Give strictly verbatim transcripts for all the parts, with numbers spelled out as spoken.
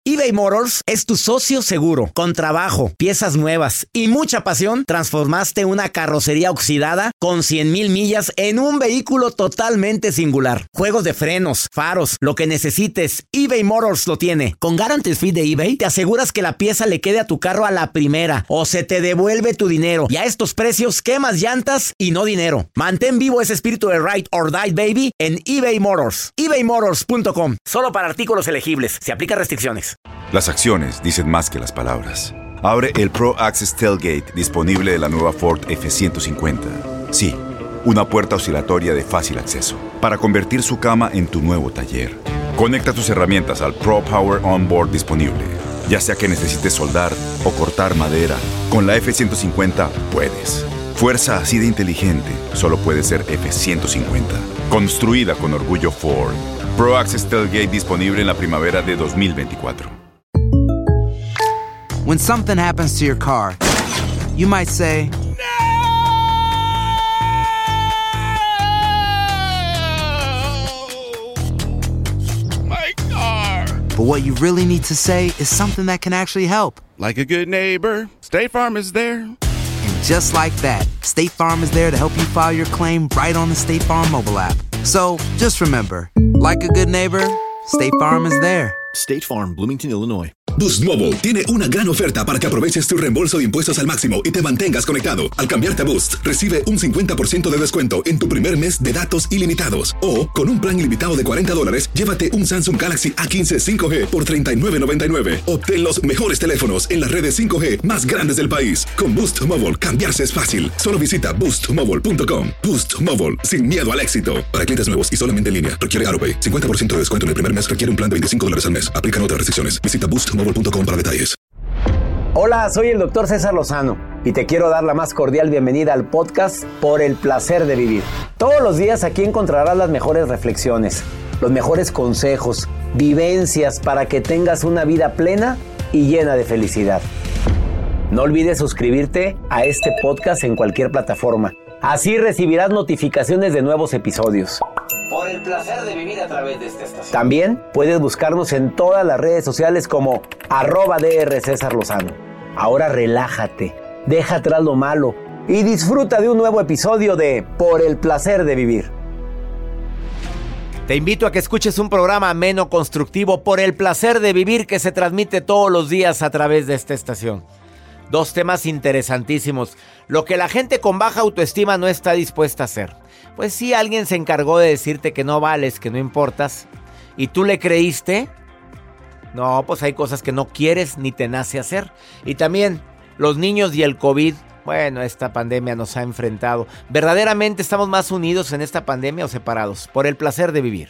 eBay Motors es tu socio seguro. Con trabajo, piezas nuevas y mucha pasión, transformaste una carrocería oxidada con cien mil millas en un vehículo totalmente singular. Juegos de frenos, faros, lo que necesites, eBay Motors lo tiene. Con Guarantee Fee de eBay, te aseguras que la pieza le quede a tu carro a la primera o se te devuelve tu dinero. Y a estos precios, quemas llantas y no dinero. Mantén vivo ese espíritu de Ride or Die, baby, en eBay Motors. ebay motors punto com. Solo para artículos elegibles. Se aplican restricciones. Las acciones dicen más que las palabras. Abre el Pro Access Tailgate disponible de la nueva Ford F ciento cincuenta. Sí, una puerta oscilatoria de fácil acceso para convertir su cama en tu nuevo taller. Conecta tus herramientas al Pro Power Onboard disponible. Ya sea que necesites soldar o cortar madera, con la F ciento cincuenta puedes. Fuerza así de inteligente solo puede ser F ciento cincuenta. Construida con orgullo Ford. Pro Access Tailgate disponible en la primavera de dos mil veinticuatro. When something happens to your car, you might say, My car! but what you really need to say is something that can actually help. Like a good neighbor, State Farm is there. And just like that, State Farm is there to help you file your claim right on the State Farm mobile app. So just remember, like a good neighbor, State Farm is there. State Farm, Bloomington, Illinois. Boost Mobile tiene una gran oferta para que aproveches tu reembolso de impuestos al máximo y te mantengas conectado. Al cambiarte a Boost, recibe un cincuenta por ciento de descuento en tu primer mes de datos ilimitados. O, con un plan ilimitado de cuarenta dólares, llévate un Samsung Galaxy A quince cinco G por treinta y nueve noventa y nueve. Obtén los mejores teléfonos en las redes cinco G más grandes del país. Con Boost Mobile, cambiarse es fácil. Solo visita boost mobile punto com. Boost Mobile, sin miedo al éxito. Para clientes nuevos y solamente en línea, requiere AutoPay. cincuenta por ciento de descuento en el primer mes requiere un plan de veinticinco dólares al mes. Aplican otras restricciones. Visita boost mobile punto com para detalles. Hola, soy el doctor César Lozano y te quiero dar la más cordial bienvenida al podcast Por el Placer de Vivir. Todos los días aquí encontrarás las mejores reflexiones, los mejores consejos, vivencias para que tengas una vida plena y llena de felicidad. No olvides suscribirte a este podcast en cualquier plataforma. Así recibirás notificaciones de nuevos episodios. Por el placer de vivir a través de esta estación. También puedes buscarnos en todas las redes sociales como arroba DR César Lozano. Ahora relájate, deja atrás lo malo y disfruta de un nuevo episodio de Por el Placer de Vivir. Te invito a que escuches un programa ameno, constructivo, Por el Placer de Vivir, que se transmite todos los días a través de esta estación. Dos temas interesantísimos. Lo que la gente con baja autoestima no está dispuesta a hacer. Pues sí, alguien se encargó de decirte que no vales, que no importas, y tú le creíste. No, pues hay cosas que no quieres ni te nace hacer. Y también los niños y el COVID. Bueno, esta pandemia nos ha enfrentado. ¿Verdaderamente estamos más unidos en esta pandemia o separados? Por el placer de vivir.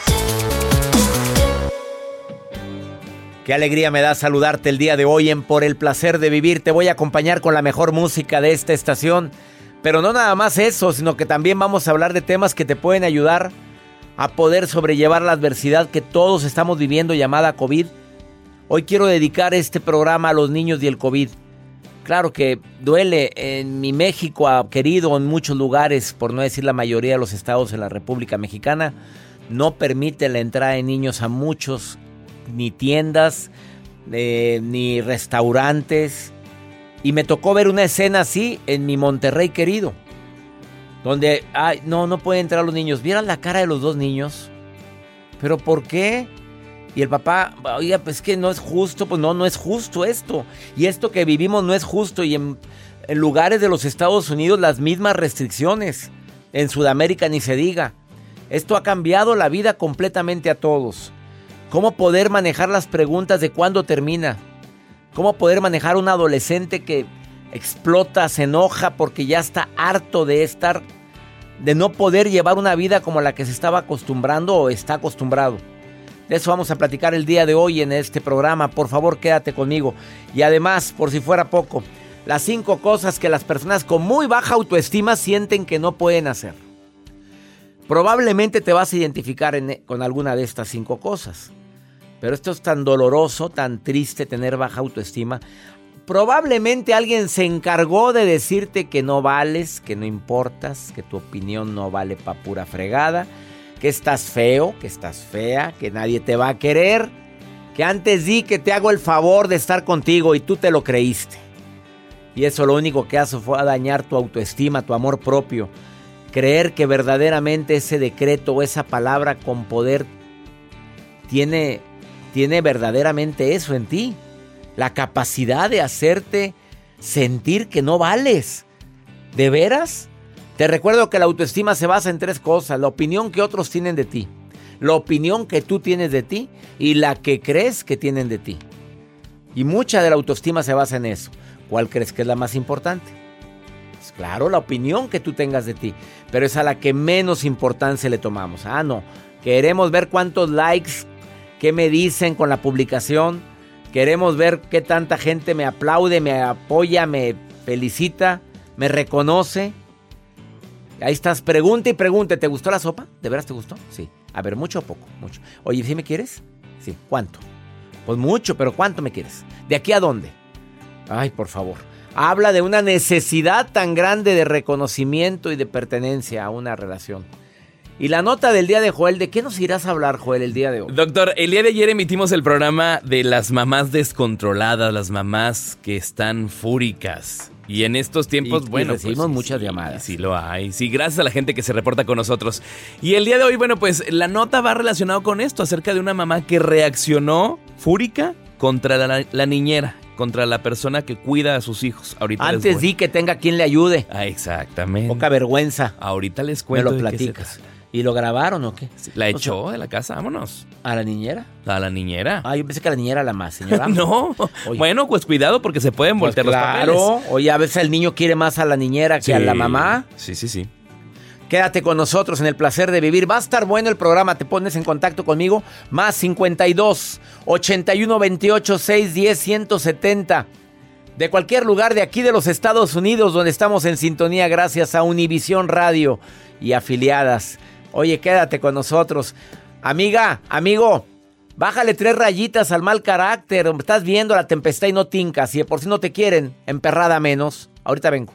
Qué alegría me da saludarte el día de hoy en Por el Placer de Vivir. Te voy a acompañar con la mejor música de esta estación. Pero no nada más eso, sino que también vamos a hablar de temas que te pueden ayudar a poder sobrellevar la adversidad que todos estamos viviendo llamada COVID. Hoy quiero dedicar este programa a los niños y el COVID. Claro que duele en mi México querido, en muchos lugares, por no decir la mayoría de los estados en la República Mexicana, no permite la entrada de niños a muchos, ni tiendas, eh, ni restaurantes. Y me tocó ver una escena así en mi Monterrey querido, donde, ay, no, no pueden entrar los niños. ¿Vieran la cara de los dos niños? ¿Pero por qué? Y el papá, oiga, pues que no es justo. Pues no, no es justo esto. Y esto que vivimos no es justo. Y en, en lugares de los Estados Unidos las mismas restricciones. En Sudamérica ni se diga. Esto ha cambiado la vida completamente a todos. ¿Cómo poder manejar las preguntas de cuándo termina? ¿Cómo poder manejar un adolescente que explota, se enoja porque ya está harto de estar, de no poder llevar una vida como la que se estaba acostumbrando o está acostumbrado? De eso vamos a platicar el día de hoy en este programa. Por favor, quédate conmigo. Y además, por si fuera poco, las cinco cosas que las personas con muy baja autoestima sienten que no pueden hacer. Probablemente te vas a identificar en, con alguna de estas cinco cosas. Pero esto es tan doloroso, tan triste tener baja autoestima. Probablemente alguien se encargó de decirte que no vales, que no importas, que tu opinión no vale pa' pura fregada, que estás feo, que estás fea, que nadie te va a querer. que antes di que te hago el favor de estar contigo y tú te lo creíste. Y eso lo único que hace fue dañar tu autoestima, tu amor propio. Creer que verdaderamente ese decreto o esa palabra con poder tiene, tiene verdaderamente eso en ti. La capacidad de hacerte sentir que no vales. ¿De veras? Te recuerdo que la autoestima se basa en tres cosas. La opinión que otros tienen de ti, la opinión que tú tienes de ti y la que crees que tienen de ti. Y mucha de la autoestima se basa en eso. ¿Cuál crees que es la más importante? Pues claro, la opinión que tú tengas de ti, pero es a la que menos importancia le tomamos. Ah, no, queremos ver cuántos likes, qué me dicen con la publicación, queremos ver qué tanta gente me aplaude, me apoya, me felicita, me reconoce. Ahí estás, pregunta y pregunta, ¿te gustó la sopa? ¿De veras te gustó? Sí. A ver, ¿mucho o poco? Mucho. Oye, ¿sí me quieres? Sí. ¿Cuánto? Pues mucho, pero ¿cuánto me quieres? ¿De aquí a dónde? Ay, por favor. Habla de una necesidad tan grande de reconocimiento y de pertenencia a una relación. Y la nota del día de Joel, ¿de qué nos irás a hablar, Joel, el día de hoy? Doctor, el día de ayer emitimos el programa de las mamás descontroladas, las mamás que están fúricas. Y en estos tiempos, y, bueno, y recibimos pues, muchas sí, llamadas. Sí, lo hay. Sí, gracias a la gente que se reporta con nosotros. Y el día de hoy, bueno, pues la nota va relacionado con esto, acerca de una mamá que reaccionó fúrica contra la, la niñera, contra la persona que cuida a sus hijos. Ahorita Antes di que tenga quien le ayude. Ah, exactamente. Poca vergüenza. Ahorita les cuento. Me lo platicas. ¿Y lo grabaron o qué? Sí, la echó o sea, de la casa, vámonos. ¿A la niñera? A la niñera. Ah, yo pensé que a la niñera era la más, señora. No, oye, bueno, pues cuidado porque se pueden voltear pues los claro. papeles. Claro, oye, a veces el niño quiere más a la niñera que Sí. a la mamá. Sí, sí, sí. Quédate con nosotros en el placer de vivir. Va a estar bueno el programa. Te pones en contacto conmigo. Más cincuenta y dos, ochenta y uno, veintiocho, seiscientos diez, ciento setenta. De cualquier lugar de aquí de los Estados Unidos, donde estamos en sintonía gracias a Univisión Radio y afiliadas. Oye, quédate con nosotros. Amiga, amigo, bájale tres rayitas al mal carácter. Estás viendo la tempestad y no tincas. Si de por sí no te quieren, emperrada menos. Ahorita vengo.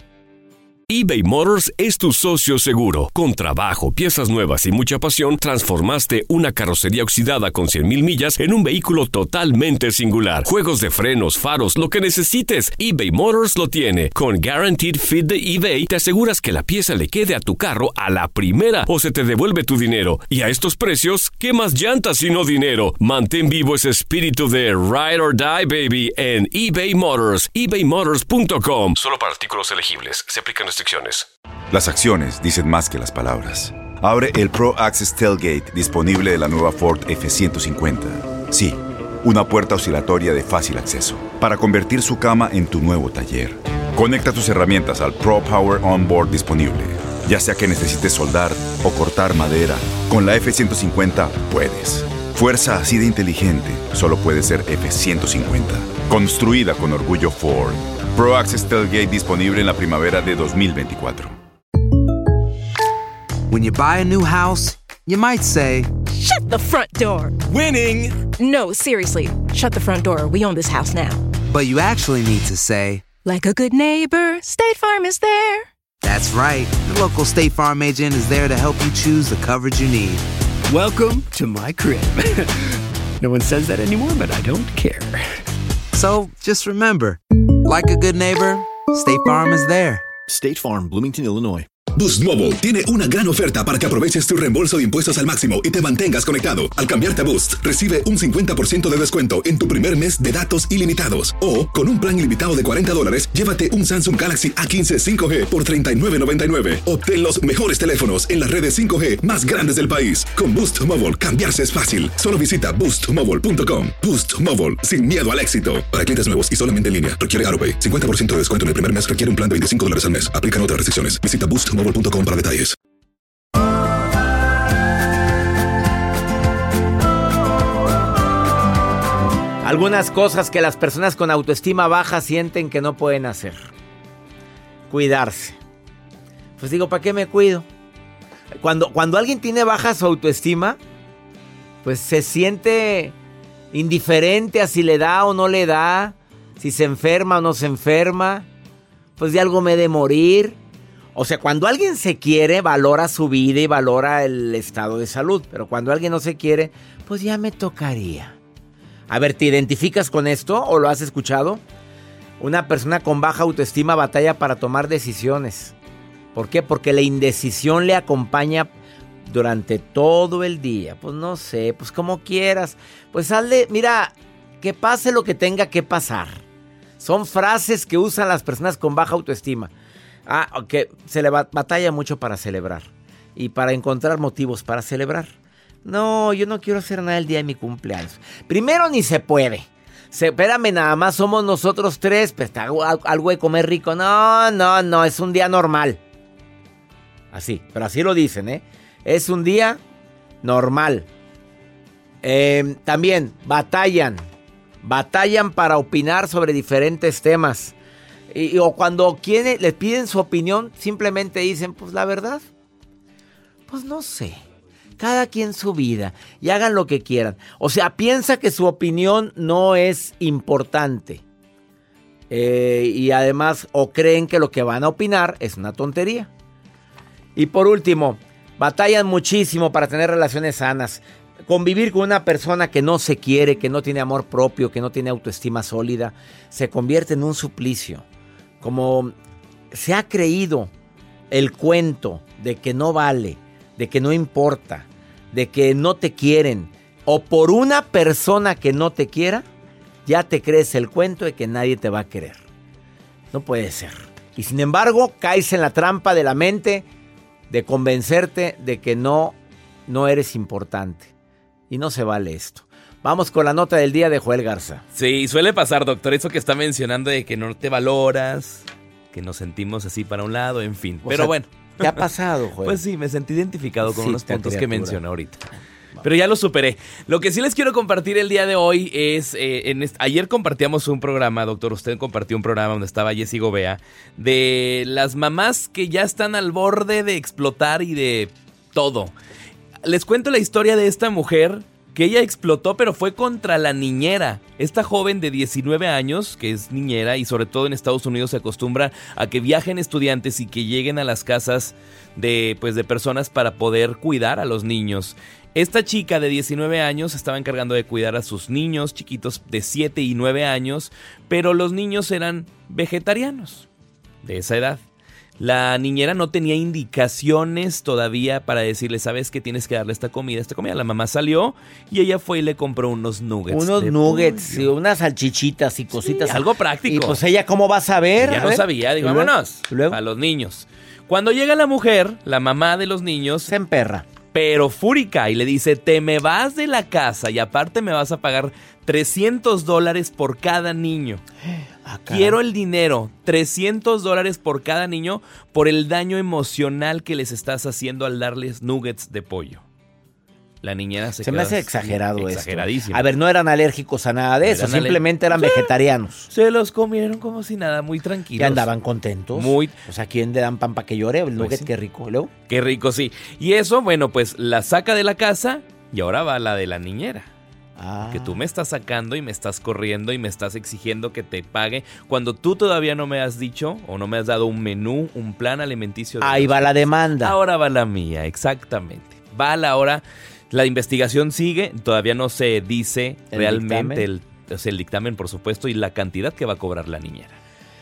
eBay Motors es tu socio seguro. Con trabajo, piezas nuevas y mucha pasión, transformaste una carrocería oxidada con cien mil millas en un vehículo totalmente singular. Juegos de frenos, faros, lo que necesites, eBay Motors lo tiene. Con Guaranteed Fit de eBay, te aseguras que la pieza le quede a tu carro a la primera o se te devuelve tu dinero. Y a estos precios, ¿qué más llantas y no dinero? Mantén vivo ese espíritu de Ride or Die, baby, en eBay Motors. ebay motors punto com. Solo para artículos elegibles. Se aplican restricciones. Las acciones dicen más que las palabras. Abre el Pro Access Tailgate disponible de la nueva Ford F ciento cincuenta. Sí, una puerta oscilatoria de fácil acceso para convertir su cama en tu nuevo taller. Conecta tus herramientas al Pro Power Onboard disponible. Ya sea que necesites soldar o cortar madera, con la F ciento cincuenta puedes. Fuerza así de inteligente solo puede ser F ciento cincuenta. Construida con orgullo Ford. Pro Access Tailgate disponible en la primavera de dos mil veinticuatro. When you buy a new house, you might say, "Shut the front door." Winning! No, seriously. Shut the front door. We own this house now. but you actually need to say, like a good neighbor, State Farm is there. That's right. The local State Farm agent is there to help you choose the coverage you need. Welcome to my crib. No one says that anymore, but I don't care. So just remember, like a good neighbor, State Farm is there. State Farm, Bloomington, Illinois. Boost Mobile tiene una gran oferta para que aproveches tu reembolso de impuestos al máximo y te mantengas conectado. Al cambiarte a Boost, recibe un cincuenta por ciento de descuento en tu primer mes de datos ilimitados. O, con un plan ilimitado de cuarenta dólares, llévate un Samsung Galaxy A quince cinco G por treinta y nueve noventa y nueve. Obtén los mejores teléfonos en las redes cinco G más grandes del país. Con Boost Mobile, cambiarse es fácil. Solo visita boost mobile punto com. Boost Mobile, sin miedo al éxito. Para clientes nuevos y solamente en línea, requiere AutoPay. cincuenta por ciento de descuento en el primer mes requiere un plan de veinticinco dólares al mes. Aplican otras restricciones. Visita boost mobile punto com para detalles. Algunas cosas que las personas con autoestima baja sienten que no pueden hacer. Cuidarse. Pues digo, ¿para qué me cuido? Cuando, cuando alguien tiene baja su autoestima, pues se siente indiferente a si le da o no le da, si se enferma o no se enferma, pues de algo me he de morir. O sea, cuando alguien se quiere, valora su vida y valora el estado de salud. Pero cuando alguien no se quiere, pues ya me tocaría. A ver, ¿te identificas con esto o lo has escuchado? Una persona con baja autoestima batalla para tomar decisiones. ¿Por qué? Porque la indecisión le acompaña durante todo el día. Pues no sé, pues como quieras. Pues hazle, mira, que pase lo que tenga que pasar. Son frases que usan las personas con baja autoestima. Ah, que se le batalla mucho para celebrar. Y para encontrar motivos para celebrar. No, yo no quiero hacer nada el día de mi cumpleaños. Primero ni se puede. Se, espérame, nada más somos nosotros tres. Pues algo, algo de comer rico. No, no, no, es un día normal. Así, pero así lo dicen, ¿eh? Es un día normal. Eh, también batallan. Batallan para opinar sobre diferentes temas. Y, o cuando quieren, les piden su opinión, simplemente dicen, pues la verdad, pues no sé. Cada quien su vida y hagan lo que quieran. O sea, piensa que su opinión no es importante. Eh, y además, o creen que lo que van a opinar es una tontería. Y por último, batallan muchísimo para tener relaciones sanas. Convivir con una persona que no se quiere, que no tiene amor propio, que no tiene autoestima sólida, se convierte en un suplicio. Como se ha creído el cuento de que no vale, de que no importa, de que no te quieren, o por una persona que no te quiera, ya te crees el cuento de que nadie te va a querer. No puede ser. Y sin embargo, caes en la trampa de la mente de convencerte de que no, no eres importante. Y no se vale esto. Vamos con la nota del día de Joel Garza. Sí, suele pasar, doctor, eso que está mencionando de que no te valoras, que nos sentimos así para un lado, en fin. O Pero sea, bueno. ¿Qué ha pasado, Joel? Pues sí, me sentí identificado con sí, unos puntos criatura. que mencionó ahorita. Pero ya lo superé. Lo que sí les quiero compartir el día de hoy es... Eh, en est- ayer compartíamos un programa, doctor, usted compartió un programa donde estaba Jessy Gobea, de las mamás que ya están al borde de explotar y de todo. Les cuento la historia de esta mujer que ella explotó, pero fue contra la niñera. Esta joven de diecinueve años, que es niñera y sobre todo en Estados Unidos se acostumbra a que viajen estudiantes y que lleguen a las casas de, pues, de personas para poder cuidar a los niños. Esta chica de diecinueve años estaba encargando de cuidar a sus niños chiquitos de siete y nueve años, pero los niños eran vegetarianos de esa edad. La niñera no tenía indicaciones todavía para decirle, ¿sabes qué? Tienes que darle esta comida, esta comida. La mamá salió y ella fue y le compró unos nuggets. Unos nuggets, y unas salchichitas y cositas. Sí, algo práctico. Y pues ella, ¿cómo va a saber? Ya no sabía, digo, vámonos, a los niños. Cuando llega la mujer, la mamá de los niños, se emperra. Pero fúrica, y le dice, te me vas de la casa y aparte me vas a pagar trescientos dólares por cada niño. Ah, quiero el dinero, trescientos dólares por cada niño por el daño emocional que les estás haciendo al darles nuggets de pollo. La niñera se Se me hace exagerado esto. Exageradísimo. A ver, no eran alérgicos a nada de No eso, eran simplemente ale- eran Sí. vegetarianos. Se los comieron como si nada, muy tranquilos. Y andaban contentos. Muy. O sea, ¿quién le dan pan para que llore? El Pues nugget, sí. qué rico. ¿Y luego? Qué rico, sí. Y eso, bueno, pues la saca de la casa y ahora va la de la niñera. Ah. Que tú me estás sacando y me estás corriendo y me estás exigiendo que te pague cuando tú todavía no me has dicho o no me has dado un menú, un plan alimenticio. De Ahí los va la niños. demanda. Ahora va la mía, exactamente. Va la hora, la investigación sigue, todavía no se dice ¿El realmente dictamen? el, o sea, el dictamen, por supuesto, y la cantidad que va a cobrar la niñera.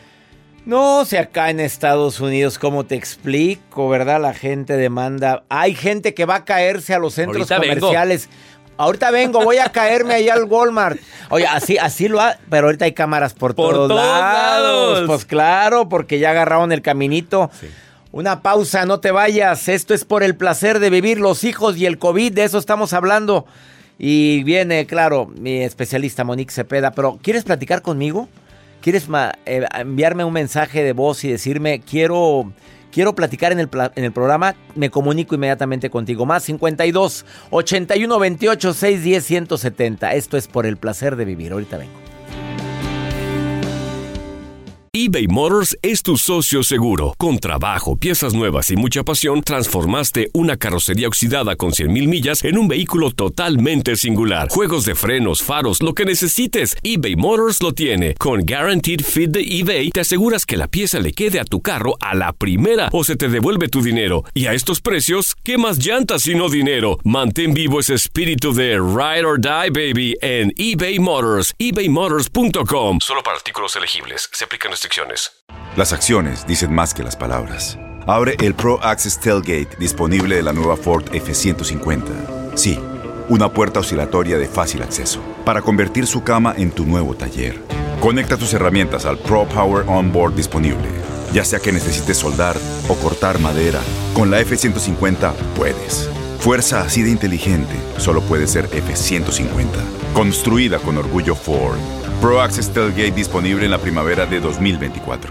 No sé acá en Estados Unidos cómo te explico, ¿verdad? La gente demanda. Hay gente que va a caerse a los centros Ahorita vengo. comerciales. Ahorita vengo, voy a caerme allá al Walmart. Oye, así, así lo ha, pero ahorita hay cámaras por, Por todos, todos lados. lados. Pues claro, porque ya agarraron el caminito. Sí. Una pausa, no te vayas. Esto es por el placer de vivir, los hijos y el COVID, de eso estamos hablando. Y viene, claro, mi especialista Monique Cepeda. Pero, ¿quieres platicar conmigo? ¿Quieres ma- eh, enviarme un mensaje de voz y decirme, quiero, quiero platicar en el, pla- en el programa? Me comunico inmediatamente contigo. Más cincuenta y dos, ochenta y uno, veintiocho, seiscientos diez, ciento setenta. Esto es por el placer de vivir. Ahorita vengo. eBay Motors es tu socio seguro. Con trabajo, piezas nuevas y mucha pasión, transformaste una carrocería oxidada con cien mil millas en un vehículo totalmente singular. Juegos de frenos, faros, lo que necesites, eBay Motors lo tiene. Con Guaranteed Fit de eBay, te aseguras que la pieza le quede a tu carro a la primera o se te devuelve tu dinero. Y a estos precios, ¿qué más llantas sino dinero? Mantén vivo ese espíritu de Ride or Die, baby, en eBay Motors. ebay motors punto com. Solo para artículos elegibles. Se aplican restricciones. Las acciones dicen más que las palabras. Abre el Pro Access Tailgate disponible de la nueva Ford F ciento cincuenta. Sí, una puerta oscilatoria de fácil acceso para convertir su cama en tu nuevo taller. Conecta tus herramientas al Pro Power Onboard disponible. Ya sea que necesites soldar o cortar madera, con la F ciento cincuenta puedes. Fuerza así de inteligente solo puede ser F ciento cincuenta. Construida con orgullo Ford. Pro Access Tailgate disponible en la primavera de dos mil veinticuatro.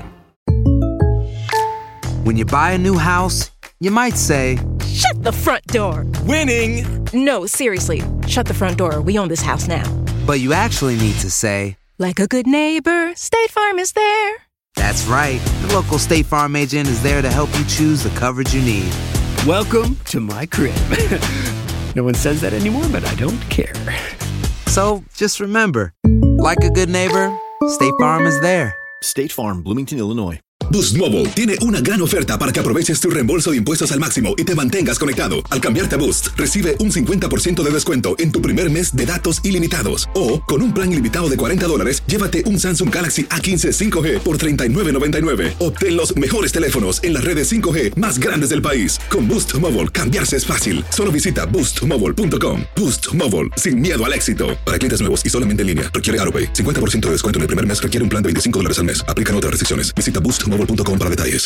When you buy a new house, you might say, Shut the front door! Winning! No, seriously. Shut the front door. We own this house now. but you actually need to say, Like a good neighbor, State Farm is there. That's right. The local State Farm agent is there to help you choose the coverage you need. Welcome to my crib. No one says that anymore, but I don't care. So just remember, like a good neighbor, State Farm is there. State Farm, Bloomington, Illinois. Boost Mobile tiene una gran oferta para que aproveches tu reembolso de impuestos al máximo y te mantengas conectado. Al cambiarte a Boost, recibe un cincuenta por ciento de descuento en tu primer mes de datos ilimitados. O, con un plan ilimitado de cuarenta dólares, llévate un Samsung Galaxy A quince cinco G por treinta y nueve noventa y nueve. Obtén los mejores teléfonos en las redes cinco G más grandes del país. Con Boost Mobile, cambiarse es fácil. Solo visita boost mobile punto com. Boost Mobile, sin miedo al éxito. Para clientes nuevos y solamente en línea, requiere AutoPay. cincuenta por ciento de descuento en el primer mes requiere un plan de veinticinco dólares al mes. Aplican otras restricciones. Visita boost mobile punto com para detalles.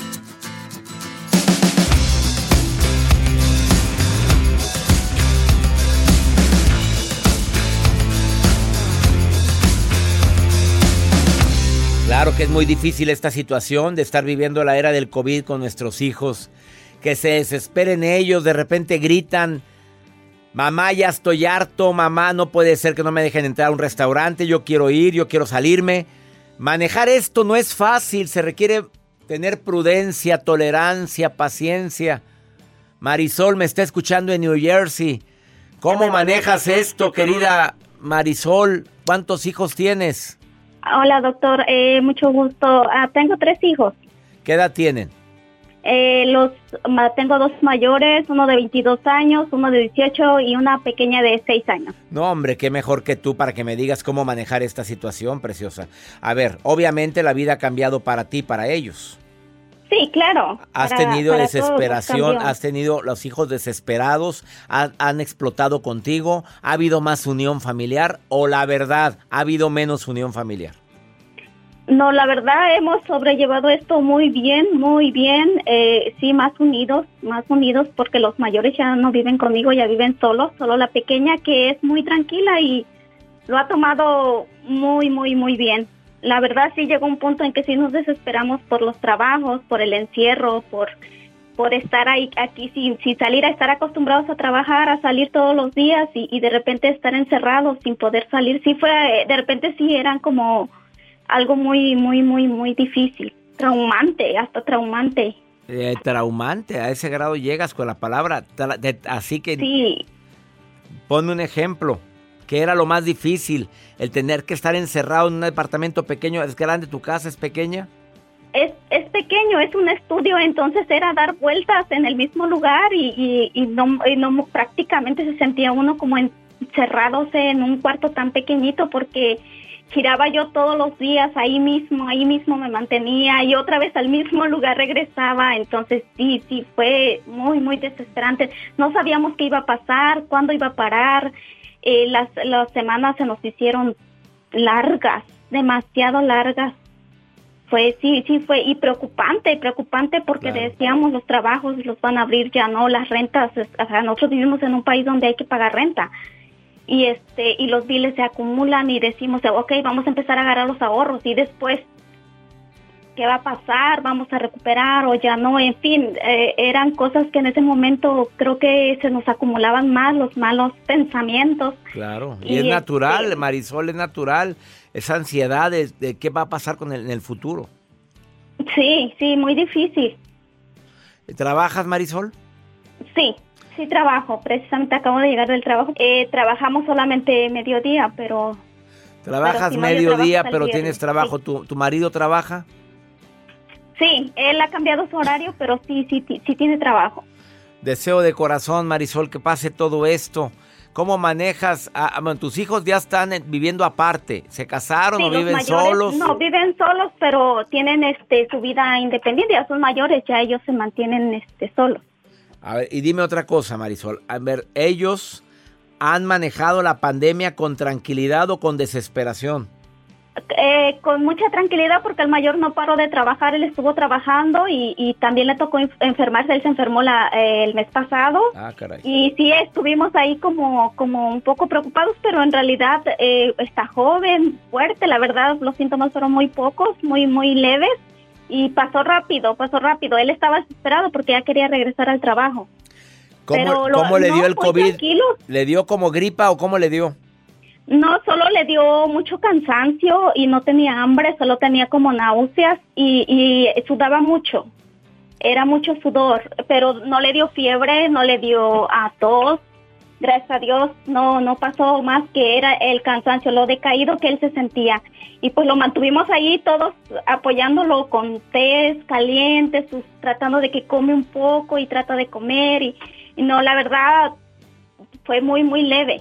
Claro que es muy difícil esta situación de estar viviendo la era del COVID con nuestros hijos, que se desesperen ellos, de repente gritan, mamá, ya estoy harto, mamá, no puede ser que no me dejen entrar a un restaurante, yo quiero ir, yo quiero salirme. Manejar esto no es fácil, se requiere tener prudencia, tolerancia, paciencia. Marisol me está escuchando en New Jersey. ¿Cómo manejas esto, querida Marisol? ¿Cuántos hijos tienes? Hola, doctor. Eh, mucho gusto. Ah, tengo tres hijos. ¿Qué edad tienen? Eh, los ma, Tengo dos mayores, uno de veintidós años, uno de dieciocho y una pequeña de seis años. No, hombre, qué mejor que tú para que me digas cómo manejar esta situación, preciosa. A ver, obviamente la vida ha cambiado para ti, para ellos. Sí, claro. ¿Has para, tenido para desesperación? ¿Has tenido los hijos desesperados? ¿Han, ¿Han explotado contigo? ¿Ha habido más unión familiar? ¿O la verdad, ha habido menos unión familiar? No, la verdad hemos sobrellevado esto muy bien, muy bien. Eh, sí, más unidos, más unidos porque los mayores ya no viven conmigo, ya viven solos. Solo la pequeña que es muy tranquila y lo ha tomado muy, muy, muy bien. La verdad sí llegó un punto en que sí nos desesperamos por los trabajos, por el encierro, por por estar ahí aquí sin, sin salir, a estar acostumbrados a trabajar, a salir todos los días y, y de repente estar encerrados sin poder salir. Sí fue, de repente sí eran como algo muy, muy, muy, muy difícil, traumante, hasta traumante. Eh, traumante, a ese grado llegas con la palabra, tra- de, así que sí. Ponme un ejemplo. ¿Qué era lo más difícil? ¿El tener que estar encerrado en un departamento pequeño? ¿Es grande tu casa? ¿Es pequeña? Es, es pequeño, es un estudio, entonces era dar vueltas en el mismo lugar y, y, y, no, y no prácticamente se sentía uno como encerrándose en un cuarto tan pequeñito porque giraba yo todos los días ahí mismo, ahí mismo me mantenía y otra vez al mismo lugar regresaba, entonces sí, sí, fue muy, muy desesperante. No sabíamos qué iba a pasar, cuándo iba a parar. Eh, las, las semanas se nos hicieron largas, demasiado largas. Fue, sí, sí fue, y preocupante, preocupante porque claro, decíamos los trabajos los van a abrir, ya no, las rentas, o sea, nosotros vivimos en un país donde hay que pagar renta. Y este y los biles se acumulan y decimos, ok, vamos a empezar a agarrar los ahorros y después ¿qué va a pasar? ¿Vamos a recuperar o ya no? En fin, eh, eran cosas que en ese momento creo que se nos acumulaban más los malos pensamientos. Claro, y, y es este, natural, Marisol, es natural esa ansiedad de, de qué va a pasar con el, en el futuro. Sí, sí, muy difícil. ¿Trabajas, Marisol? Sí, sí trabajo, precisamente acabo de llegar del trabajo. Eh, trabajamos solamente mediodía, pero... Trabajas pero si no, mediodía, trabajo pero viernes, tienes trabajo. Sí. ¿Tu, ¿Tu marido trabaja? Sí, él ha cambiado su horario, pero sí, sí, sí, sí tiene trabajo. Deseo de corazón, Marisol, que pase todo esto. ¿Cómo manejas? A, a, bueno, tus hijos ya están viviendo aparte. ¿Se casaron Sí, o viven mayores, solos? No, viven solos, pero tienen este su vida independiente. Ya son mayores, ya ellos se mantienen este solos. A ver, y dime otra cosa, Marisol. A ver, ¿ellos han manejado la pandemia con tranquilidad o con desesperación? Eh, con mucha tranquilidad, porque el mayor no paró de trabajar. Él estuvo trabajando y, y también le tocó enfermarse. Él se enfermó la, eh, el mes pasado. Ah, caray. Y sí, estuvimos ahí como, como un poco preocupados, pero en realidad eh, está joven, fuerte. La verdad, los síntomas fueron muy pocos, muy, muy leves. Y pasó rápido, pasó rápido. Él estaba desesperado porque ya quería regresar al trabajo. ¿Cómo, Pero lo, ¿cómo le dio no, el muy COVID? tranquilo. ¿Le dio como gripa o cómo le dio? No, solo le dio mucho cansancio y no tenía hambre, solo tenía como náuseas y, y sudaba mucho. Era mucho sudor, pero no le dio fiebre, no le dio a tos. Gracias a Dios no no pasó más, que era el cansancio, lo decaído que él se sentía. Y pues lo mantuvimos ahí todos apoyándolo con tés calientes, sus, tratando de que come un poco y trata de comer. Y, y no, la verdad fue muy, muy leve.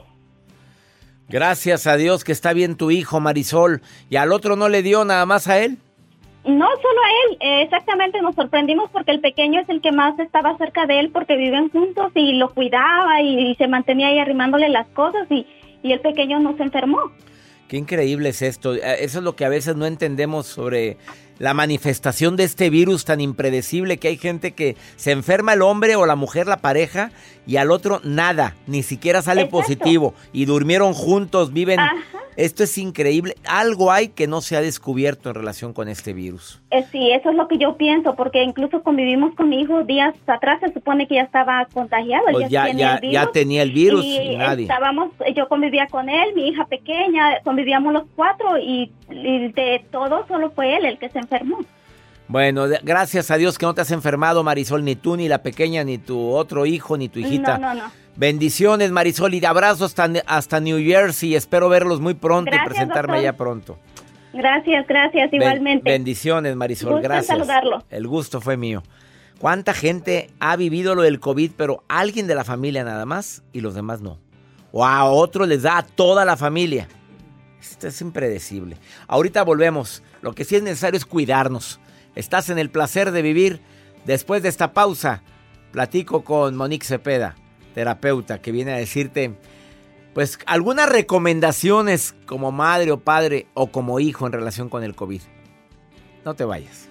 Gracias a Dios que está bien tu hijo, Marisol. ¿Y al otro no le dio nada más a él? No, solo a él. Eh, exactamente, nos sorprendimos porque el pequeño es el que más estaba cerca de él porque viven juntos y lo cuidaba y, y se mantenía ahí arrimándole las cosas y, y el pequeño no se enfermó. Qué increíble es esto. Eso es lo que a veces no entendemos sobre la manifestación de este virus tan impredecible, que hay gente que se enferma el hombre o la mujer, la pareja, y al otro nada, ni siquiera sale Exacto. positivo. Y durmieron juntos, viven... Ajá. Esto es increíble. Algo hay que no se ha descubierto en relación con este virus. Eh, sí, eso es lo que yo pienso, porque incluso convivimos con mi hijo días atrás, se supone que ya estaba contagiado. Pues ya, ya, ya, ya tenía el virus y, y nadie. Estábamos, yo convivía con él, mi hija pequeña, convivíamos los cuatro y, y de todos solo fue él el que se enfermó. Bueno, de, gracias a Dios que no te has enfermado, Marisol, ni tú, ni la pequeña, ni tu otro hijo, ni tu hijita. No, no, no. Bendiciones, Marisol, y abrazos hasta, hasta New Jersey. Espero verlos muy pronto Gracias, y presentarme doctor. allá pronto. Gracias, gracias, Ben, igualmente. bendiciones, Marisol, Gusto en gracias. saludarlo. El gusto fue mío. ¿Cuánta gente ha vivido lo del COVID, pero alguien de la familia nada más y los demás no? O a otro les da a toda la familia. Esto es impredecible. Ahorita volvemos. Lo que sí es necesario es cuidarnos. Estás en el placer de vivir. Después de esta pausa, platico con Monique Cepeda, terapeuta, que viene a decirte, pues, algunas recomendaciones como madre o padre o como hijo en relación con el COVID. No te vayas.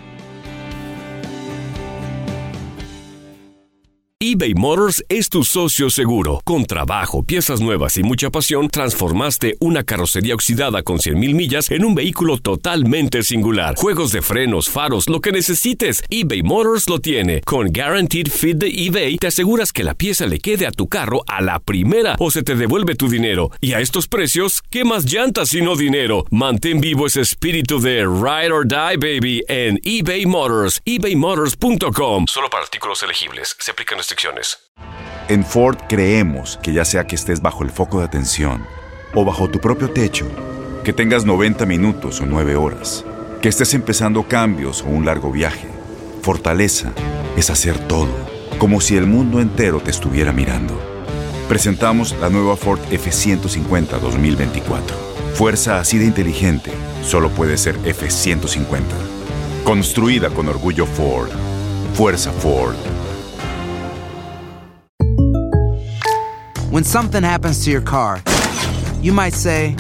eBay Motors es tu socio seguro. Con trabajo, piezas nuevas y mucha pasión, transformaste una carrocería oxidada con cien mil millas en un vehículo totalmente singular. Juegos de frenos, faros, lo que necesites, eBay Motors lo tiene. Con Guaranteed Fit de eBay, te aseguras que la pieza le quede a tu carro a la primera o se te devuelve tu dinero. Y a estos precios, ¿qué más llantas sino dinero? Mantén vivo ese espíritu de Ride or Die, baby, en eBay Motors. ebay motors punto com. Solo para artículos elegibles. Se aplican restricciones. En Ford creemos que ya sea que estés bajo el foco de atención o bajo tu propio techo, que tengas noventa minutos o nueve horas, que estés empezando cambios o un largo viaje, fortaleza es hacer todo, como si el mundo entero te estuviera mirando. Presentamos la nueva Ford F ciento cincuenta dos mil veinticuatro. Fuerza así de inteligente solo puede ser F ciento cincuenta. Construida con orgullo Ford. Fuerza Ford. When something happens to your car, you might say,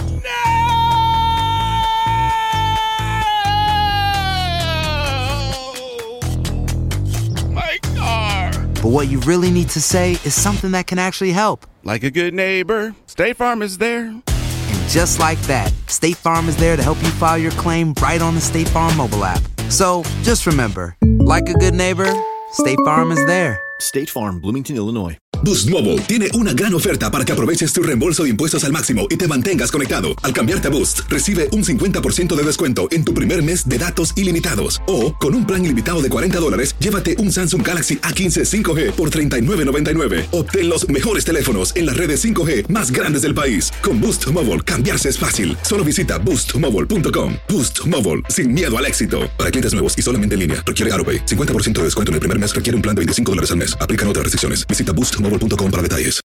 My car! but what you really need to say is something that can actually help. Like a good neighbor, State Farm is there. And just like that, State Farm is there to help you file your claim right on the State Farm mobile app. So just remember, like a good neighbor, State Farm is there. State Farm, Bloomington, Illinois. Boost Mobile tiene una gran oferta para que aproveches tu reembolso de impuestos al máximo y te mantengas conectado. Al cambiarte a Boost, recibe un cincuenta por ciento de descuento en tu primer mes de datos ilimitados. O, con un plan ilimitado de cuarenta dólares, llévate un Samsung Galaxy A quince cinco G por treinta y nueve noventa y nueve. Obtén los mejores teléfonos en las redes cinco G más grandes del país. Con Boost Mobile, cambiarse es fácil. Solo visita boost mobile punto com. Boost Mobile, sin miedo al éxito. Para clientes nuevos y solamente en línea, requiere AutoPay. cincuenta por ciento de descuento en el primer mes requiere un plan de veinticinco dólares al mes. Aplican otras restricciones. Visita boost mobile punto com para detalles.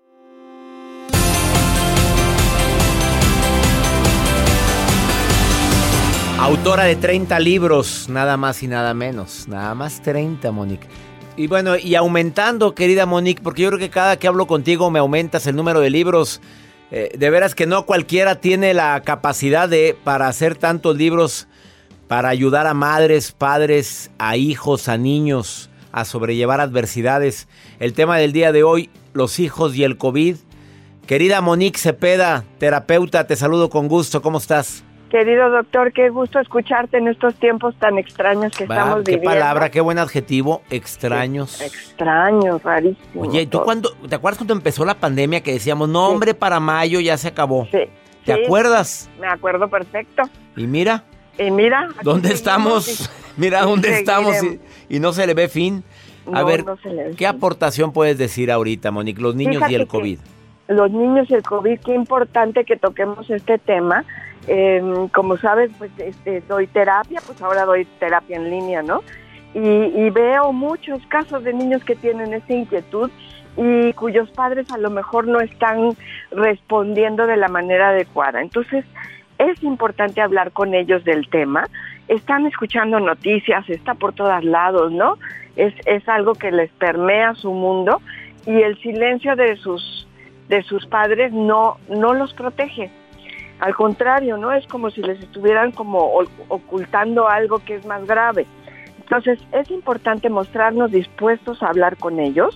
Autora de treinta libros, nada más y nada menos. Nada más treinta, Monique. Y bueno, y aumentando, querida Monique, porque yo creo que cada que hablo contigo me aumentas el número de libros. Eh, de veras que no cualquiera tiene la capacidad de para hacer tantos libros para ayudar a madres, padres, a hijos, a niños a sobrellevar adversidades. El tema del día de hoy, los hijos y el COVID. Querida Monique Cepeda, terapeuta, te saludo con gusto. ¿Cómo estás? Querido doctor, qué gusto escucharte en estos tiempos tan extraños que Va, estamos qué viviendo. Qué palabra, qué buen adjetivo, extraños. Extraños, rarísimo. Oye, ¿tú cuándo, te acuerdas cuando empezó la pandemia que decíamos, no sí. hombre, para mayo ya se acabó? Sí. ¿Te sí, acuerdas? Me acuerdo perfecto. Y mira. Y mira. ¿Dónde estamos? Sí. Mira dónde sí, estamos y, y no se le ve fin. A no, ver, no se le ve ¿qué fin. aportación puedes decir ahorita, Monique? Los niños Fíjate y el COVID. Los niños y el COVID, qué importante que toquemos este tema. Eh, como sabes, pues este, doy terapia, pues ahora doy terapia en línea, ¿no? Y, y veo muchos casos de niños que tienen esa inquietud y cuyos padres a lo mejor no están respondiendo de la manera adecuada. Entonces, es importante hablar con ellos del tema. Están escuchando noticias, está por todos lados, ¿no? Es, es algo que les permea su mundo y el silencio de sus, de sus padres no, no los protege. Al contrario, ¿no? Es como si les estuvieran como ocultando algo que es más grave. Entonces, es importante mostrarnos dispuestos a hablar con ellos,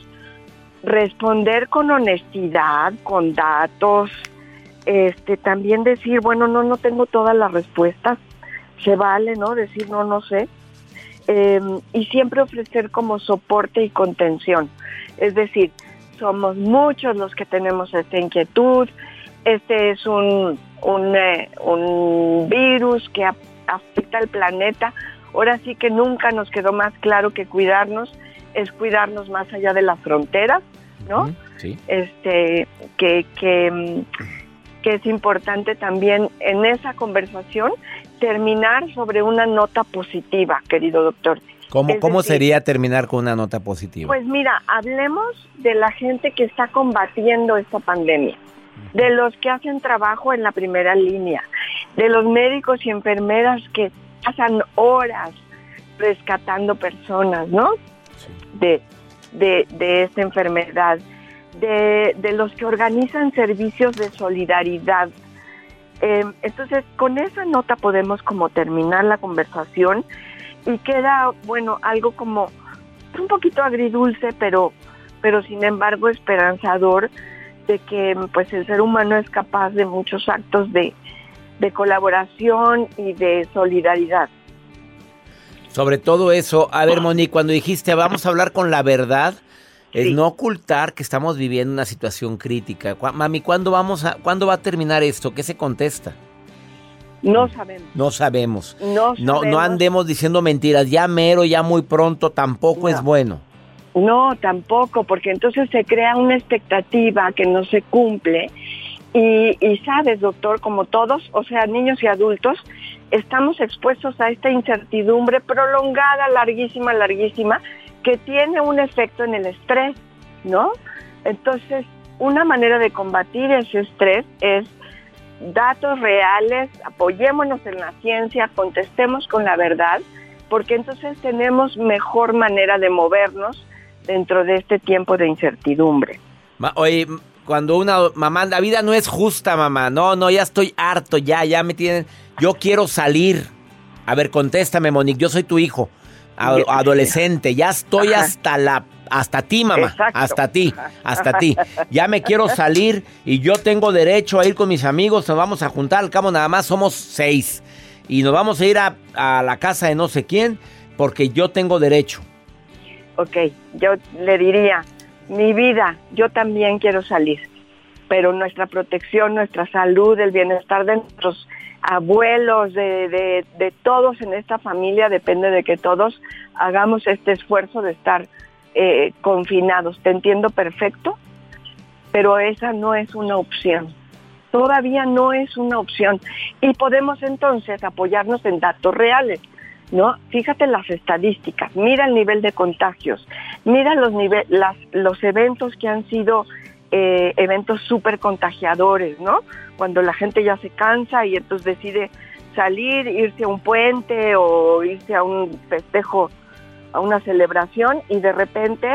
responder con honestidad, con datos, este, también decir, bueno, no, no tengo todas las respuestas, se vale, ¿no? Decir, no, no sé. Eh, y siempre ofrecer como soporte y contención. Es decir, somos muchos los que tenemos esta inquietud, este es un, un, eh, un virus que a, afecta al planeta. Ahora sí que nunca nos quedó más claro que cuidarnos es cuidarnos más allá de las fronteras, ¿no? Sí. Este, que, que, que es importante también en esa conversación terminar sobre una nota positiva, querido doctor. ¿Cómo, ¿cómo decir, sería terminar con una nota positiva? Pues mira, hablemos de la gente que está combatiendo esta pandemia, de los que hacen trabajo en la primera línea, de los médicos y enfermeras que pasan horas rescatando personas, ¿no? Sí. De, de, de esta enfermedad, de, de los que organizan servicios de solidaridad. Eh, entonces, con esa nota podemos como terminar la conversación y queda, bueno, algo como un poquito agridulce, pero, pero sin embargo esperanzador, de que pues el ser humano es capaz de muchos actos de, de colaboración y de solidaridad. Sobre todo eso, a ver, Monique, cuando dijiste vamos a hablar con la verdad, es sí. no ocultar que estamos viviendo una situación crítica. Mami, ¿cuándo vamos a, ¿cuándo va a terminar esto? ¿Qué se contesta? No sabemos. No sabemos. No, no, sabemos. no andemos diciendo mentiras, ya mero, ya muy pronto, tampoco no. es bueno. No, tampoco, porque entonces se crea una expectativa que no se cumple y, y sabes, doctor, como todos, o sea, niños y adultos, estamos expuestos a esta incertidumbre prolongada, larguísima, larguísima, que tiene un efecto en el estrés, ¿no? Entonces, una manera de combatir ese estrés es datos reales, apoyémonos en la ciencia, contestemos con la verdad, porque entonces tenemos mejor manera de movernos dentro de este tiempo de incertidumbre. Oye, cuando una mamá, la vida no es justa, mamá, no, no, ya estoy harto, ya, ya me tienen, yo quiero salir. A ver, contéstame, Monique, yo soy tu hijo, ad- adolescente, ya estoy Ajá. hasta la, hasta ti, mamá, Exacto. hasta ti, hasta ti, ya me quiero salir y yo tengo derecho a ir con mis amigos, nos vamos a juntar, al cabo nada más somos seis. y nos vamos a ir a, a la casa de no sé quién porque yo tengo derecho. Ok, yo le diría, mi vida, yo también quiero salir, pero nuestra protección, nuestra salud, el bienestar de nuestros abuelos, de, de, de todos en esta familia, depende de que todos hagamos este esfuerzo de estar eh, confinados. Te entiendo perfecto, pero esa no es una opción. Todavía no es una opción. Y podemos entonces apoyarnos en datos reales, ¿no? Fíjate las estadísticas, mira el nivel de contagios, mira los, nive- las, los eventos que han sido eh, eventos súper contagiadores, ¿no? Cuando la gente ya se cansa y entonces decide salir, irse a un puente o irse a un festejo, a una celebración, y de repente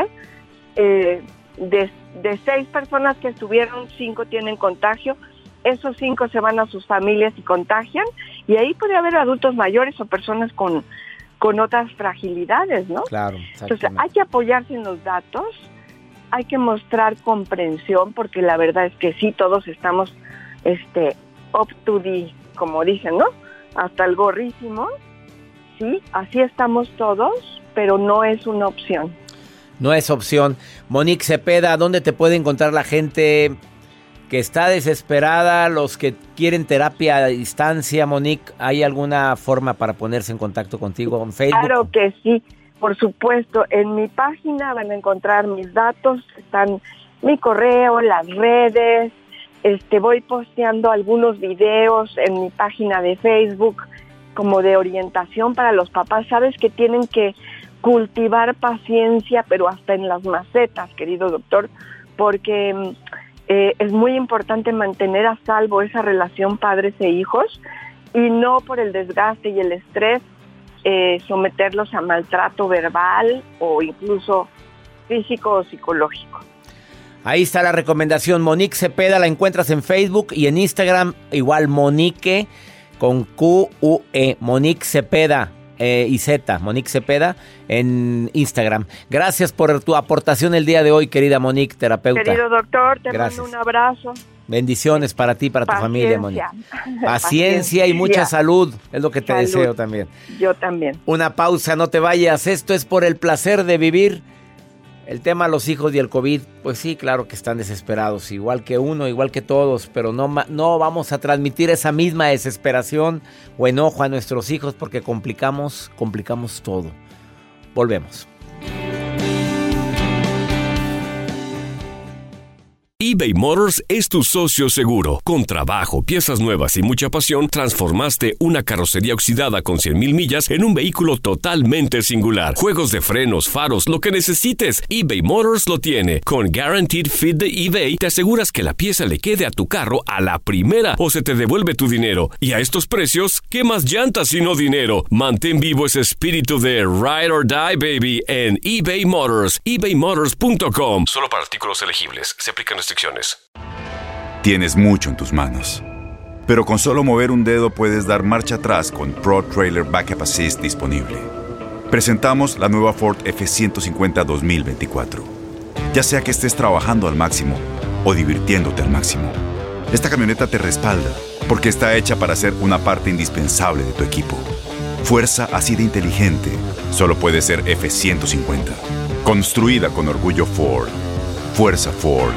eh, de, de seis personas que estuvieron, cinco tienen contagio, esos cinco se van a sus familias y contagian, y ahí puede haber adultos mayores o personas con, con otras fragilidades, ¿no? Claro, entonces hay que apoyarse en los datos, hay que mostrar comprensión, porque la verdad es que sí, todos estamos este up to the, como dicen, ¿no? Hasta el gorrísimo, sí, así estamos todos, pero no es una opción. No es opción. Monique Cepeda, ¿dónde te puede encontrar la gente que está desesperada, los que quieren terapia a distancia? Monique, ¿hay alguna forma para ponerse en contacto contigo en Facebook? Claro que sí, por supuesto. En mi página van a encontrar mis datos, están mi correo, las redes. Este, voy posteando algunos videos en mi página de Facebook como de orientación para los papás. Sabes que tienen que cultivar paciencia, pero hasta en las macetas, querido doctor, porque eh, es muy importante mantener a salvo esa relación padres e hijos y no por el desgaste y el estrés eh, someterlos a maltrato verbal o incluso físico o psicológico. Ahí está la recomendación. Monique Cepeda la encuentras en Facebook y en Instagram igual Monique con Q U E, Monique Cepeda eh, y Z, Monique Cepeda en Instagram. Gracias por tu aportación el día de hoy, querida Monique, terapeuta. Querido doctor, te Gracias. mando un abrazo. Bendiciones para ti y para tu Paciencia. familia, Monique. Paciencia y mucha salud, es lo que te Salud. deseo también. Yo también. Una pausa, no te vayas. Esto es Por el Placer de Vivir. El tema los hijos y el COVID, pues sí, claro que están desesperados, igual que uno, igual que todos, pero no, no vamos a transmitir esa misma desesperación o enojo a nuestros hijos porque complicamos, complicamos todo. Volvemos. eBay Motors es tu socio seguro. Con trabajo, piezas nuevas y mucha pasión, transformaste una carrocería oxidada con cien mil millas en un vehículo totalmente singular. Juegos de frenos, faros, lo que necesites, eBay Motors lo tiene. Con Guaranteed Fit de eBay, te aseguras que la pieza le quede a tu carro a la primera o se te devuelve tu dinero. Y a estos precios, ¿qué más llantas y no dinero? Mantén vivo ese espíritu de Ride or Die, baby, en eBay Motors. ebay motors punto com. Solo para artículos elegibles. Se aplican restricciones. Tienes mucho en tus manos, pero con solo mover un dedo puedes dar marcha atrás con Pro Trailer Backup Assist disponible. Presentamos la nueva Ford F ciento cincuenta dos mil veinticuatro. Ya sea que estés trabajando al máximo o divirtiéndote al máximo, esta camioneta te respalda porque está hecha para ser una parte indispensable de tu equipo. Fuerza así de inteligente solo puede ser F ciento cincuenta. Construida con orgullo Ford. Fuerza Ford.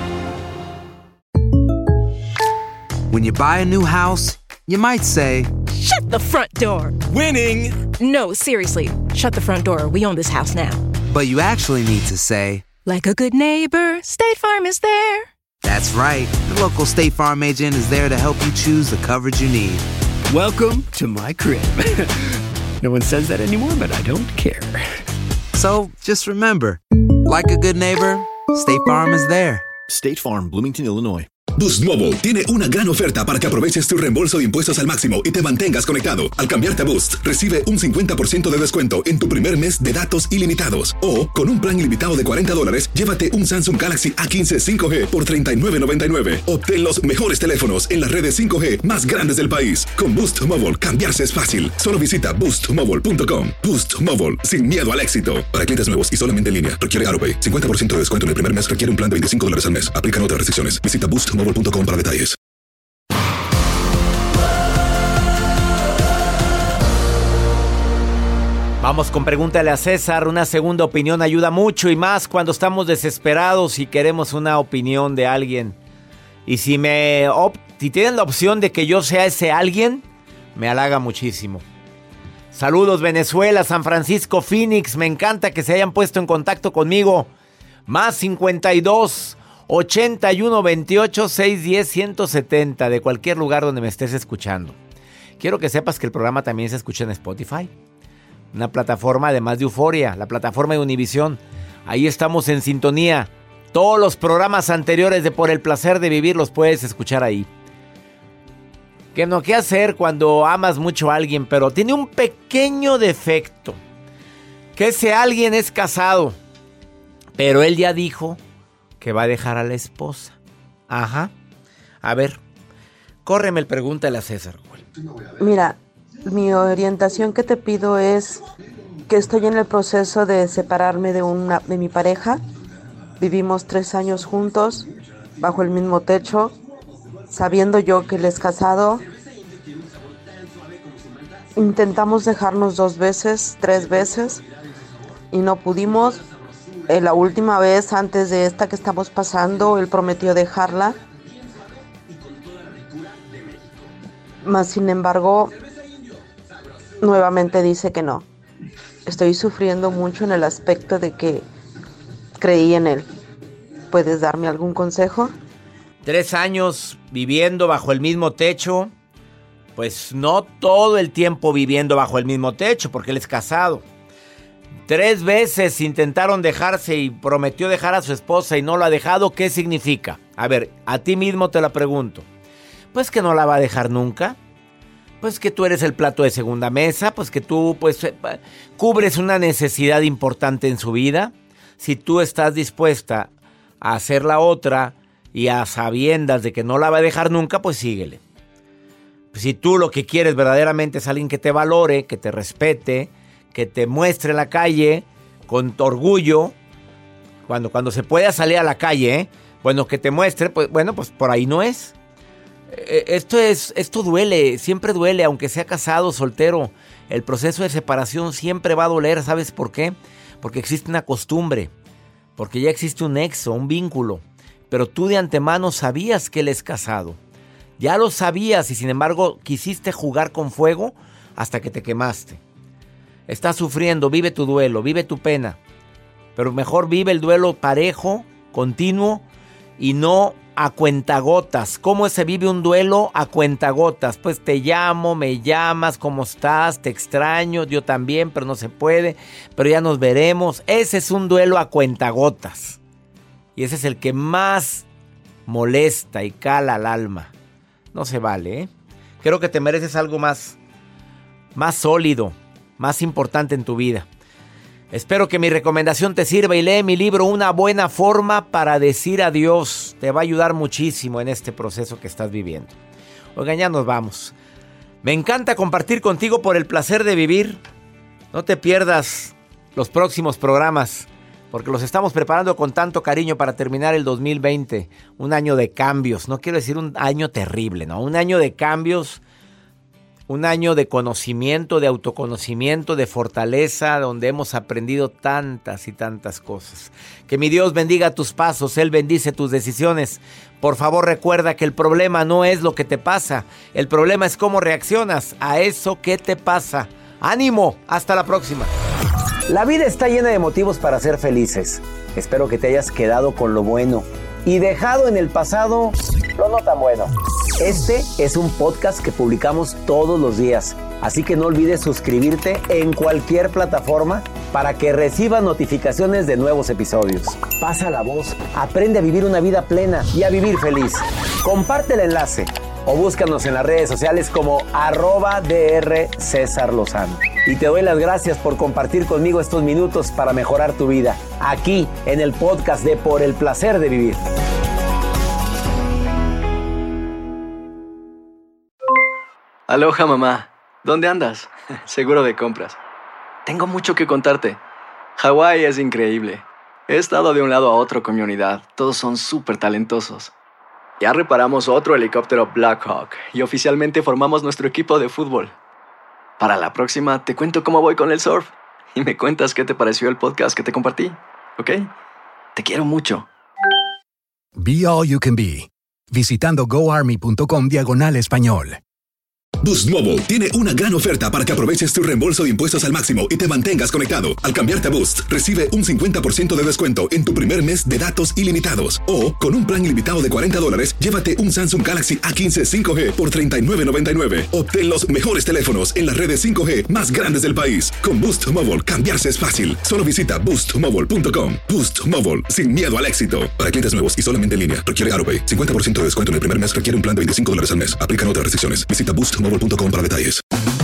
When you buy a new house, you might say, Shut the front door! Winning! No, seriously. Shut the front door. We own this house now. but you actually need to say, like a good neighbor, State Farm is there. That's right. The local State Farm agent is there to help you choose the coverage you need. Welcome to my crib. No one says that anymore, but I don't care. So just remember, like a good neighbor, State Farm is there. State Farm, Bloomington, Illinois. Boost Mobile tiene una gran oferta para que aproveches tu reembolso de impuestos al máximo y te mantengas conectado. Al cambiarte a Boost, recibe un cincuenta por ciento de descuento en tu primer mes de datos ilimitados. O, con un plan ilimitado de cuarenta dólares, llévate un Samsung Galaxy A quince cinco G por treinta y nueve noventa y nueve. Obtén los mejores teléfonos en las redes cinco G más grandes del país. Con Boost Mobile, cambiarse es fácil. Solo visita boost mobile punto com. Boost Mobile, sin miedo al éxito. Para clientes nuevos y solamente en línea, requiere AutoPay. cincuenta por ciento de descuento en el primer mes requiere un plan de veinticinco dólares al mes. Aplican otras restricciones. Visita boost mobile punto com para detalles. Vamos con Pregúntale a César. Una segunda opinión ayuda mucho y más cuando estamos desesperados y queremos una opinión de alguien. Y si me op- si tienen la opción de que yo sea ese alguien, me halaga muchísimo. Saludos Venezuela, San Francisco, Phoenix. Me encanta que se hayan puesto en contacto conmigo. Más cincuenta y dos, ochenta y uno, veintiocho, seiscientos diez, ciento setenta. De cualquier lugar donde me estés escuchando. Quiero que sepas que el programa también se escucha en Spotify. Una plataforma además de Euforia, la plataforma de Univisión. Ahí estamos en sintonía. Todos los programas anteriores de Por el Placer de Vivir los puedes escuchar ahí. Que no, ¿qué hacer cuando amas mucho a alguien? Pero tiene un pequeño defecto. Que ese alguien es casado. Pero él ya dijo que va a dejar a la esposa. Ajá. A ver, córreme el Pregúntale a César. Mira, mi orientación que te pido es que estoy en el proceso de separarme de, una, de mi pareja. Vivimos tres años juntos, bajo el mismo techo, sabiendo yo que él es casado. Intentamos dejarnos dos veces, tres veces, y no pudimos. Eh, la última vez, antes de esta que estamos pasando, él prometió dejarla. Mas, sin embargo, nuevamente dice que no. Estoy sufriendo mucho en el aspecto de que creí en él. ¿Puedes darme algún consejo? Tres años viviendo bajo el mismo techo. Pues no todo el tiempo viviendo bajo el mismo techo, porque él es casado. Tres veces intentaron dejarse y prometió dejar a su esposa y no lo ha dejado. ¿Qué significa? A ver, a ti mismo te la pregunto. Pues que no la va a dejar nunca. Pues que tú eres el plato de segunda mesa. Pues que tú pues cubres una necesidad importante en su vida. Si tú estás dispuesta a hacer la otra y a sabiendas de que no la va a dejar nunca, pues síguele. Si tú lo que quieres verdaderamente es alguien que te valore, que te respete, que te muestre la calle con orgullo, cuando, cuando se pueda salir a la calle, ¿eh? Bueno, que te muestre, pues bueno, pues por ahí no es. Esto es, esto duele, siempre duele, aunque sea casado, soltero. El proceso de separación siempre va a doler, ¿sabes por qué? Porque existe una costumbre, porque ya existe un nexo, un vínculo. Pero tú de antemano sabías que él es casado. Ya lo sabías y sin embargo quisiste jugar con fuego hasta que te quemaste. Estás sufriendo, vive tu duelo, vive tu pena. Pero mejor vive el duelo parejo, continuo y no a cuentagotas. ¿Cómo se vive un duelo a cuentagotas? Pues te llamo, me llamas, ¿cómo estás? Te extraño, yo también, pero no se puede. Pero ya nos veremos. Ese es un duelo a cuentagotas. Y ese es el que más molesta y cala al alma. No se vale, ¿eh? Creo que te mereces algo más, más sólido, más importante en tu vida. Espero que mi recomendación te sirva y lee mi libro Una buena forma para decir adiós. Te va a ayudar muchísimo en este proceso que estás viviendo. Oigan, ya nos vamos. Me encanta compartir contigo Por el Placer de Vivir. No te pierdas los próximos programas, porque los estamos preparando con tanto cariño para terminar el dos mil veinte. Un año de cambios. No quiero decir un año terrible, ¿no? Un año de cambios. Un año de conocimiento, de autoconocimiento, de fortaleza, donde hemos aprendido tantas y tantas cosas. Que mi Dios bendiga tus pasos, Él bendice tus decisiones. Por favor, recuerda que el problema no es lo que te pasa. El problema es cómo reaccionas a eso que te pasa. ¡Ánimo! Hasta la próxima. La vida está llena de motivos para ser felices. Espero que te hayas quedado con lo bueno y dejado en el pasado lo no tan bueno. Este es un podcast que publicamos todos los días, así que no olvides suscribirte en cualquier plataforma para que recibas notificaciones de nuevos episodios. Pasa la voz, aprende a vivir una vida plena y a vivir feliz. Comparte el enlace o búscanos en las redes sociales como arroba DR César Lozano. Y te doy las gracias por compartir conmigo estos minutos para mejorar tu vida, aquí en el podcast de Por el Placer de Vivir. Aloha, mamá. ¿Dónde andas? Seguro de compras. Tengo mucho que contarte. Hawái es increíble. He estado de un lado a otro con mi unidad. Todos son súper talentosos. Ya reparamos otro helicóptero Blackhawk y oficialmente formamos nuestro equipo de fútbol. Para la próxima te cuento cómo voy con el surf y me cuentas qué te pareció el podcast que te compartí, ¿ok? Te quiero mucho. Be All You Can Be, visitando goarmy.com diagonal español. Boost Mobile tiene una gran oferta para que aproveches tu reembolso de impuestos al máximo y te mantengas conectado. Al cambiarte a Boost, recibe un cincuenta por ciento de descuento en tu primer mes de datos ilimitados. O, con un plan ilimitado de cuarenta dólares, llévate un Samsung Galaxy A quince cinco G por treinta y nueve noventa y nueve. Obtén los mejores teléfonos en las redes cinco G más grandes del país. Con Boost Mobile, cambiarse es fácil. Solo visita boost mobile punto com. Boost Mobile, sin miedo al éxito. Para clientes nuevos y solamente en línea, requiere AutoPay. cincuenta por ciento de descuento en el primer mes, requiere un plan de veinticinco dólares al mes. Aplican otras restricciones. Visita boost mobile punto com para detalles.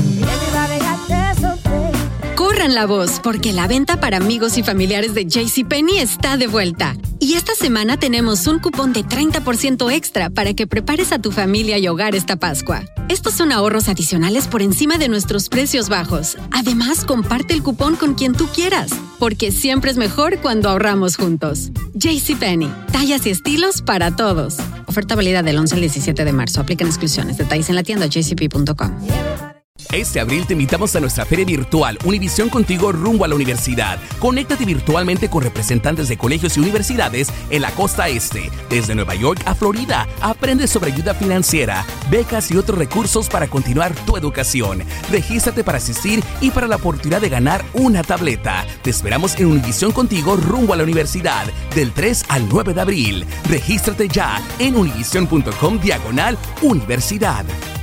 Corran la voz, porque la venta para amigos y familiares de JCPenney está de vuelta. Y esta semana tenemos un cupón de treinta por ciento extra para que prepares a tu familia y hogar esta Pascua. Estos son ahorros adicionales por encima de nuestros precios bajos. Además, comparte el cupón con quien tú quieras, porque siempre es mejor cuando ahorramos juntos. JCPenney, tallas y estilos para todos. Oferta válida del once al diecisiete de marzo. Aplican exclusiones. Detalles en la tienda j c p punto com. Este abril te invitamos a nuestra feria virtual Univisión Contigo rumbo a la universidad. Conéctate virtualmente con representantes de colegios y universidades en la costa este, desde Nueva York a Florida. Aprende sobre ayuda financiera, becas y otros recursos para continuar tu educación. Regístrate para asistir y para la oportunidad de ganar una tableta. Te esperamos en Univisión Contigo rumbo a la universidad del tres al nueve de abril. Regístrate ya en univision punto com diagonal universidad.